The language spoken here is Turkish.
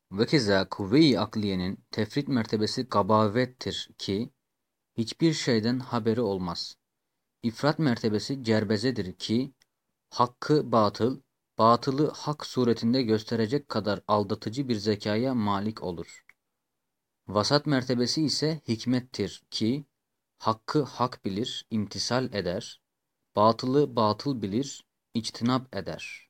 Ve keza kuvve-i akliyenin tefrit mertebesi gabavettir ki hiçbir şeyden haberi olmaz. İfrat mertebesi cerbezedir ki hakkı batıl, batılı hak suretinde gösterecek kadar aldatıcı bir zekaya malik olur. Vasat mertebesi ise hikmettir ki hakkı hak bilir, imtisal eder, batılı batıl bilir, içtinap eder.